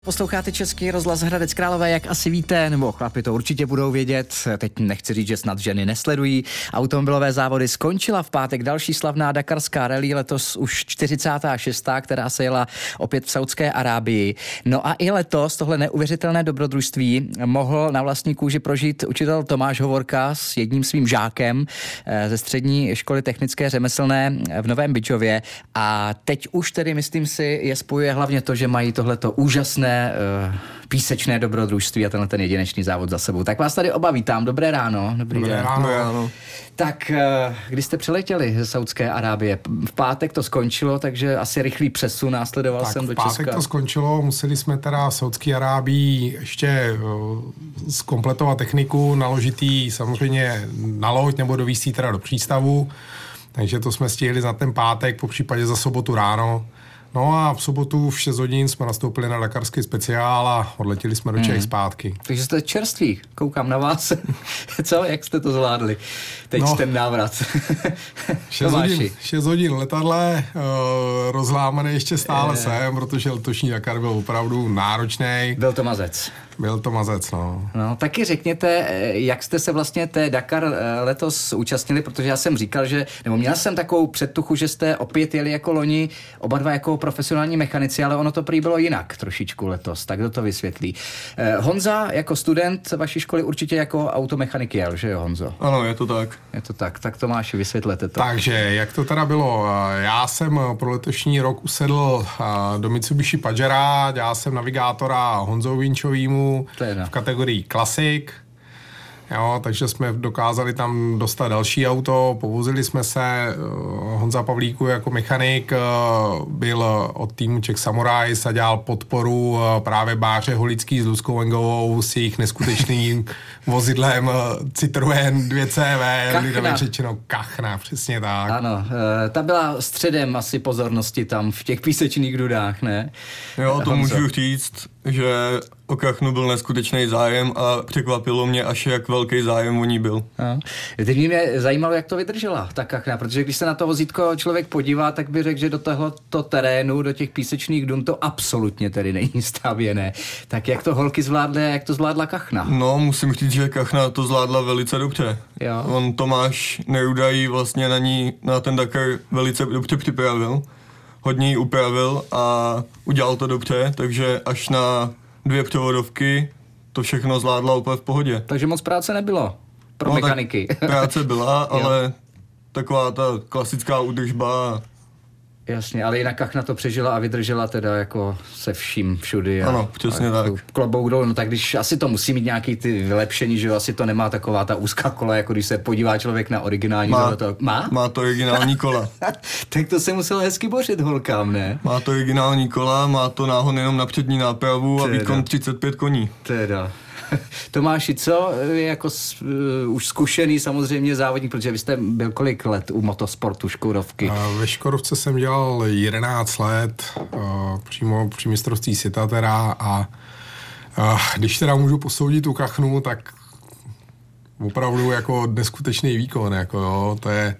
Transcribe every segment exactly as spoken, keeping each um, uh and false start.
Posloucháte Český rozhlas Hradec Králové, jak asi víte, nebo chlapi to určitě budou vědět, teď nechci říct, že snad ženy nesledují. Automobilové závody skončila v pátek další slavná dakarská rally, letos už čtyřicátá šestá, která se jela opět v Saudské Arábii. No a i letos tohle neuvěřitelné dobrodružství mohl na vlastní kůži prožít učitel Tomáš Hovorka s jedním svým žákem ze střední školy technické řemeslné v Novém Bydžově. A teď už tedy, myslím si, je spojuje hlavně to, že mají tohleto úžasné písečné dobrodružství a tenhle ten jedinečný závod za sebou. Tak vás tady oba vítám. Dobré ráno. Dobrý Dobré den. ráno, ráno. Tak když jste přiletěli ze Saudské Arábie, v pátek to skončilo, takže asi rychlý přesun následoval tak jsem do Česka. Tak v pátek to skončilo, museli jsme teda v Saudské Arábii ještě uh, zkompletovat techniku, naložit jí samozřejmě na loď nebo dovízt jí teda do přístavu, takže to jsme stihli za ten pátek, po případě za sobotu ráno. No a v sobotu v šest hodin jsme nastoupili na dakarský speciál a odletěli jsme do Čech hmm. zpátky. Takže jste čerství, koukám na vás. Co, jak jste to zvládli? Teď no, ten návrat. šest hodin, šest hodin letadle, uh, rozlámaný ještě stále je. jsem, protože letošní Dakar byl opravdu náročný. Byl to mazec. Byl to mazec, no. No, taky řekněte, jak jste se vlastně té Dakar letos účastnili, protože já jsem říkal, že, nebo měl jsem takovou předtuchu, že jste opět jeli jako loni, oba dva jako profesionální mechanici, ale ono to prý bylo jinak trošičku letos, tak kdo to vysvětlí. Eh, Honza jako student vaší školy určitě jako automechanik jel, že jo, Honzo? Ano, je to tak. Je to tak, tak Tomáši, vysvětlete to. Takže, jak to teda bylo? Já jsem pro letošní rok usedl do Mitsubishi Pajera, dělal jsem navigátora Honzou Vinčovýmu v kategorii Classic. Jo, takže jsme dokázali tam dostat další auto, povozili jsme se, Honza Pavlíku jako mechanik byl od týmu Czech Samurais a dělal podporu právě Báře Holický s Luckou Wengovou s jejich neskutečným vozidlem Citroën dvě C V, lidově řečeno Kachna, přesně tak. Ano, ta byla středem asi pozornosti tam v těch písečných dudách, ne? Jo, to Honzo. Můžu říct, že o Kachnu byl neskutečný zájem a překvapilo mě, až jak velký zájem o ní byl. No. Teď mě zajímalo, jak to vydržela ta Kachna, protože když se na to vozítko člověk podívá, tak by řekl, že do tohoto terénu, do těch písečných dun to absolutně tedy není stavěné. Tak jak to holky zvládly, jak to zvládla Kachna? No, musím říct, že Kachna to zvládla velice dobře. Jo. On Tomáš Nerudaj vlastně na ní, na ten Dakar velice dobře připravil. Hodně ji upravil a udělal to dobře, takže až na dvě převodovky to všechno zvládla úplně v pohodě. Takže moc práce nebylo pro no, mechaniky. Práce byla, ale taková ta klasická údržba. Jasně, ale jinak Kachna to přežila a vydržela teda jako se vším všudy. A, ano, přesně a tak. Klobouk dolů, no tak když asi to musí mít nějaký ty vylepšení, že jo, asi to nemá taková ta úzká kola, jako když se podívá člověk na originální. Má, to, má? má to originální kola. Tak to se muselo hezky bořit holkám, ne? Má to originální kola, má to náhon jenom na přední nápravu teda. A výkon třicet pět koní. Teda. Tomáši, co je jako uh, už zkušený samozřejmě závodník, protože vy jste byl kolik let u motosportu Škodovky? Ve Škodovce jsem dělal jedenáct let, uh, přímo při mistrovství světa teda a uh, když teda můžu posoudit tu Kachnu, tak opravdu jako neskutečný výkon, jako jo, to je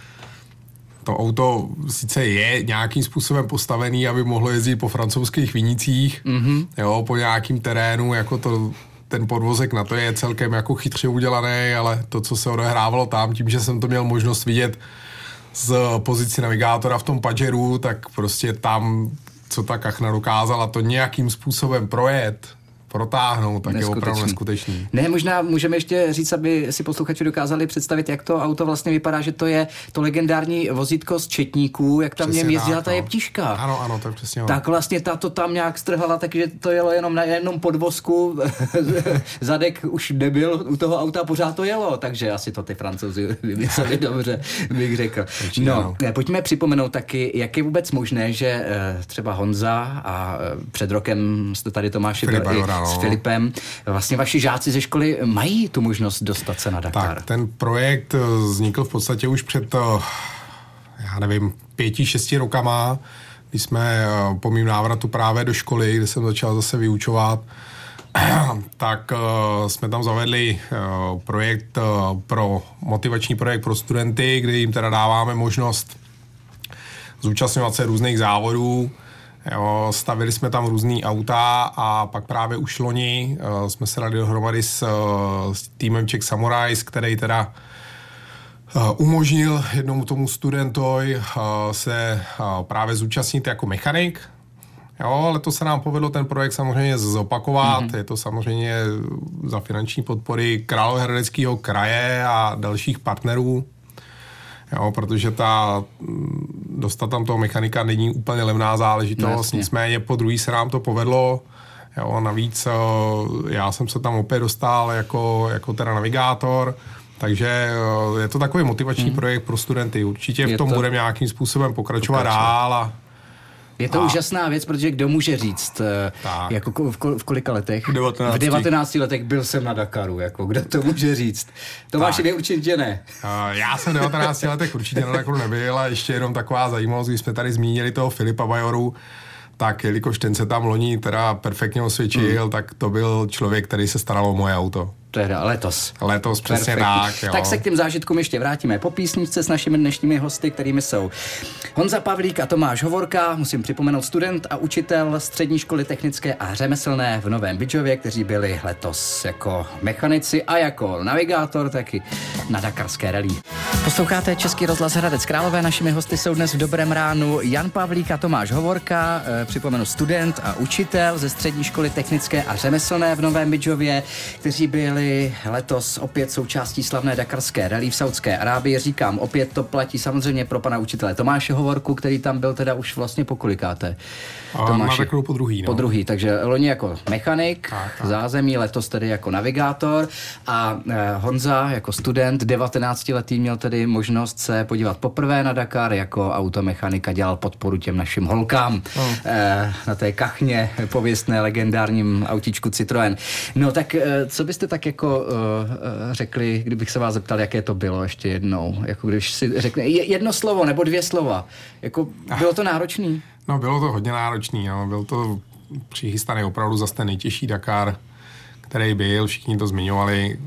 to auto sice je nějakým způsobem postavený, aby mohlo jezdit po francouzských vinicích, mm-hmm. jo, po nějakým terénu, jako to ten podvozek na to je celkem jako chytře udělaný, ale to, co se odehrávalo tam, tím, že jsem to měl možnost vidět z pozici navigátora v tom Pajeru, tak prostě tam, co ta Kachna dokázala, to nějakým způsobem projet, protáhnout, tak je opravdu neskutečný. Ne, možná můžeme ještě říct, aby si posluchači dokázali představit, jak to auto vlastně vypadá, že to je to legendární vozítko z Četníků, jak tam něm jezdila ta jeptiška. Ano, ano, to je přesně. Tak vlastně ta to tam nějak strhala, takže to jelo jenom na jednom podvozku, zadek už nebyl u toho auta, pořád to jelo, takže asi to ty Francouzi vymysleli dobře, bych řekl. Určitě, no, ano. Pojďme připomenout taky, jak je vůbec možné, že třeba Honza a před rokem jste tady Tomáši byl i s Filipem. Vlastně vaši žáci ze školy mají tu možnost dostat se na Dakar. Tak, ten projekt vznikl v podstatě už před, já nevím, pěti, šesti rokama, kdy jsme po mým návratu právě do školy, kde jsem začal zase vyučovat, tak jsme tam zavedli projekt pro, motivační projekt pro studenty, kde jim teda dáváme možnost zúčastňovat se různých závodů, Jo, stavili jsme tam různý auta a pak právě už loni uh, jsme se dali dohromady s, uh, s týmem Czech Samurais, který teda uh, umožnil jednomu tomu studentovi uh, se uh, právě zúčastnit jako mechanik. Jo, letos se nám povedlo ten projekt samozřejmě zopakovat. Mm-hmm. Je to samozřejmě za finanční podpory Královéhradeckého kraje a dalších partnerů. Jo, protože ta, dostat tam toho mechanika není úplně levná záležitost, no, nicméně po druhý se nám to povedlo. Jo, navíc já jsem se tam opět dostal jako, jako teda navigátor, takže je to takový motivační hmm. projekt pro studenty. Určitě je v tom to... budeme nějakým způsobem pokračovat, pokračovat. dál a je to a... úžasná věc, protože kdo může říct, tak. jako v, kol, v kolika letech? V devatenácti. V devatenácti letech byl jsem na Dakaru, jako kdo to může říct? Tomáši, vy určitě ne. Uh, já jsem v devatenácti letech určitě na Dakaru nebyl a ještě jenom taková zajímavost, když jsme tady zmínili toho Filipa Bajoru, tak jelikož ten se tam loni teda perfektně osvědčil, hmm. tak to byl člověk, který se staral o moje auto. Teda letos. Letos, přesně tak. Jo. Tak se k těm zážitkům ještě vrátíme po písničce s našimi dnešními hosty, kterými jsou Honza Pavlík a Tomáš Hovorka, musím připomenout student a učitel střední školy technické a řemeslné v Novém Bydžově, kteří byli letos jako mechanici a jako navigátor taky na dakarské rally. Posloucháte Český rozhlas Hradec Králové, našimi hosty jsou dnes v Dobrém ránu Jan Pavlík a Tomáš Hovorka, e, připomenu student a učitel ze střední školy technické a řemeslné v Novém Bydžově, kteří byli letos opět součástí slavné dakarské rally v Saudské Arábii. Říkám, opět to platí samozřejmě pro pana učitele Tomáše Hovorku, který tam byl teda už vlastně pokolikáté. Tomáši, na Dakaru po druhý. No. Po druhý, takže loni jako mechanik, tak, tak. zázemí, letos tedy jako navigátor a eh, Honza jako student, devatenáctiletý měl tedy možnost se podívat poprvé na Dakar jako automechanika, dělal podporu těm našim holkám no. eh, na té kachně pověstné legendárním autíčku Citroën. No tak eh, co byste tak jako uh, řekli, kdybych se vás zeptal, jaké to bylo ještě jednou? Jako když si řekne jedno slovo nebo dvě slova. Jako bylo to náročný? No bylo to hodně náročný. No. Byl to přichystaný opravdu zase ten nejtěžší Dakar, který byl, všichni to zmiňovali.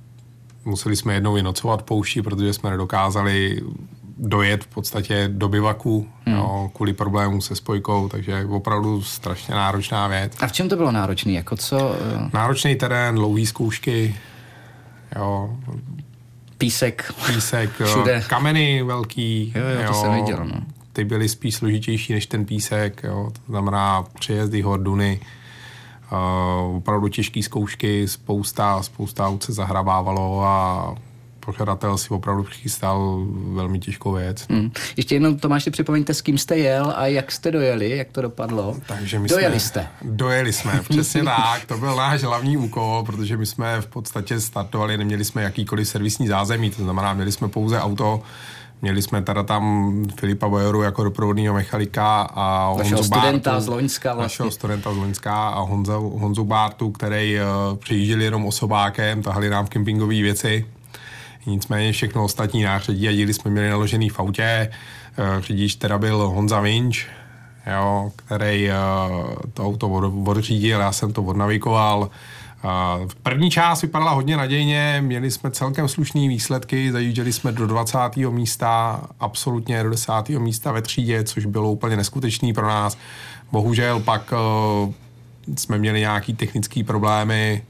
Museli jsme jednou i nocovat v poušti, protože jsme nedokázali dojet v podstatě do bivaku, hmm. no, kvůli problémům se spojkou, takže opravdu strašně náročná věc. A v čem to bylo náročný? Jako co? Náročný terén, dlouhý zkoušky, jo. Písek. Písek, všude. Kameny velký. Jo, jo, to jo. jsem viděl, no. Ty byly spíš složitější než ten písek, jo. To znamená přejezdy, horduny, uh, opravdu těžký zkoušky, spousta, spousta aut se zahrabávalo a pořadatel si opravdu přichystal velmi těžkou věc. Hmm. Ještě jednou, Tomáši, připomeňte, s kým jste jel a jak jste dojeli, jak to dopadlo. Takže my dojeli jsme, jste. Dojeli jsme, přesně tak. To byl náš hlavní úkol, protože my jsme v podstatě startovali, neměli jsme jakýkoliv servisní zázemí, to znamená, měli jsme pouze auto, měli jsme teda tam Filipa Bajoru jako doprovodného mechanika a Honzu Honzu studenta Bártu, z Loňska vlastně. Našeho studenta z Loňska a Honza, Honzu Bártu, který uh, přijížděli jenom osobákem, tahali nám kempingové věci. Nicméně všechno ostatní nářadí a díly jsme měli naložený v autě. Řidič teda byl Honza Vinč, jo, který to auto odřídil, já jsem to odnavigoval. První část vypadala hodně nadějně, měli jsme celkem slušné výsledky, zajížděli jsme do dvacátého místa, absolutně do desátého místa ve třídě, což bylo úplně neskutečný pro nás. Bohužel pak jsme měli nějaký technické problémy,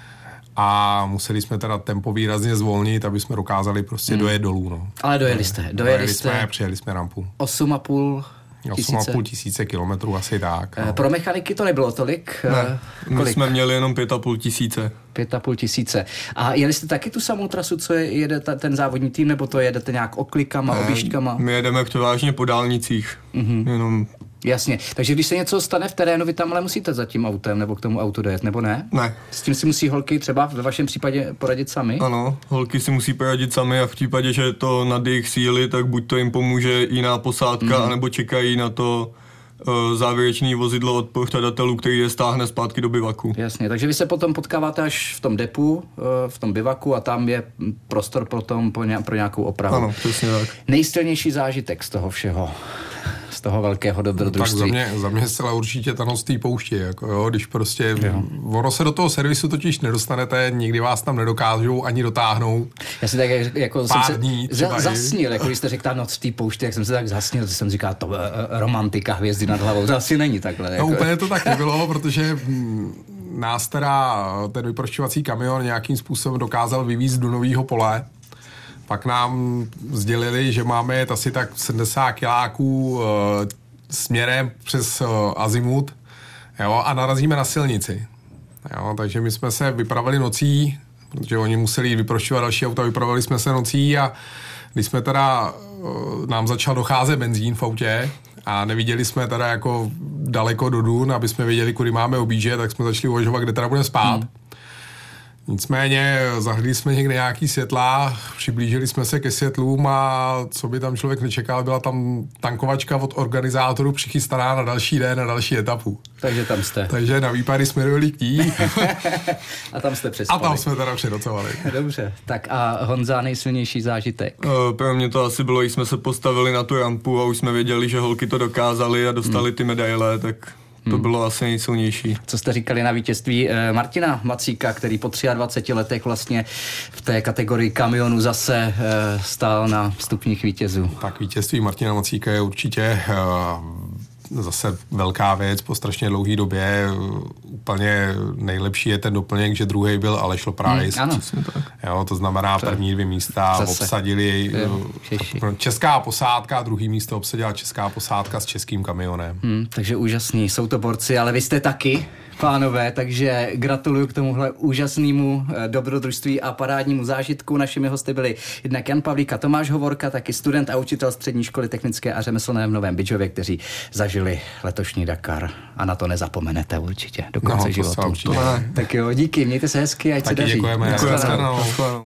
a museli jsme teda tempo výrazně zvolnit, aby jsme dokázali prostě hmm. dojet dolů. No. Ale dojeli jste. Dojeli, dojeli jste. jsme, přijeli jsme rampu. osm a půl tisíce. osm a půl tisíce kilometrů, asi tak. No. Pro mechaniky to nebylo tolik? Ne, my jsme měli jenom pět a půl tisíce. Pět a půl tisíce. A jeli jste taky tu samou trasu, co jede ta, ten závodní tým, nebo to jedete nějak oklikama, objížďkama? My jedeme převážně po dálnicích. Mm-hmm. Jenom... Jasně. Takže když se něco stane v terénu, vy tam ale musíte za tím autem nebo k tomu autu dojet, nebo ne? Ne. S tím si musí holky třeba ve vašem případě poradit sami? Ano, holky si musí poradit sami a v případě, že to nad jejich síly, tak buď to jim pomůže jiná posádka, mm-hmm. anebo čekají na to uh, závěrečné vozidlo od pořadatelů, který je stáhne zpátky do bivaku. Jasně, takže vy se potom potkáváte až v tom depu, uh, v tom bivaku a tam je prostor pro, tom, pro, ně, pro nějakou opravu. Ano, přesně tak. Nejsilnější zážitek z toho všeho? z toho velkého dobrodružství. Tak za mě, za mě zcela určitě ta noc té pouště, jako jo, když prostě, jo. Ono se do toho servisu totiž nedostanete, nikdy vás tam nedokážou ani dotáhnout. Já si tak jako Pár jsem dní se za, zasnil, jako když jste řekl ta noc v té pouště, jak jsem se tak zasnil, že jsem říkal, to uh, romantika, hvězdy nad hlavou, to asi není takhle. No jako. úplně to tak nebylo, protože nás teda ten vyprošťovací kamion nějakým způsobem dokázal vyvízt do nového pole. Pak nám sdělili, že máme jet asi tak sedmdesát kiláků uh, směrem přes uh, azimut, jo, a narazíme na silnici. Jo, takže my jsme se vypravili nocí, protože oni museli jít vyprošťovat další auta, vypravili jsme se nocí a když jsme teda, uh, nám začal docházet benzín v autě a neviděli jsme teda jako daleko do dun, aby jsme věděli, kudy máme objíždět, tak jsme začali uvažovat, kde teda budeme spát. Hmm. Nicméně zahledli jsme někde nějaký světla, přiblížili jsme se ke světlům a co by tam člověk nečekal, byla tam tankovačka od organizátorů přichystaná na další den, na další etapu. Takže tam jste. Takže na výpady jsme dojeli k ní. A tam jste přespali. A tam jsme teda předocovali. Dobře, tak a Honza, nejsilnější zážitek? Uh, pro mě to asi bylo, když jsme se postavili na tu rampu a už jsme věděli, že holky to dokázaly a dostali hmm. ty medaile, tak... To hmm. bylo asi nejsilnější. Co jste říkali na vítězství eh, Martina Macíka, který po dvaceti třech letech vlastně v té kategorii kamionu zase eh, stál na stupních vítězů? Tak vítězství Martina Macíka je určitě eh, zase velká věc po strašně dlouhé době. Úplně nejlepší je ten doplněk, že druhý byl Aleš Loprajs. Hmm, ano. Jo, to znamená první dvě místa zase obsadili uh, česká posádka, druhý místo obsadila česká posádka s českým kamionem. Hmm, takže úžasný, jsou to borci, ale vy jste taky, pánové, takže gratuluju k tomuhle úžasnému dobrodružství a parádnímu zážitku. Našimi hosty byli jednak Jan Pavlík a Tomáš Hovorka, taky student a učitel střední školy technické a řemeslné v Novém Bydžově, kteří zažili letošní Dakar a na to nezapomenete určitě do konce no, života. Určitě. Tak jo, díky, mějte se hezky, ať se daří. Děkujeme. Děkujeme.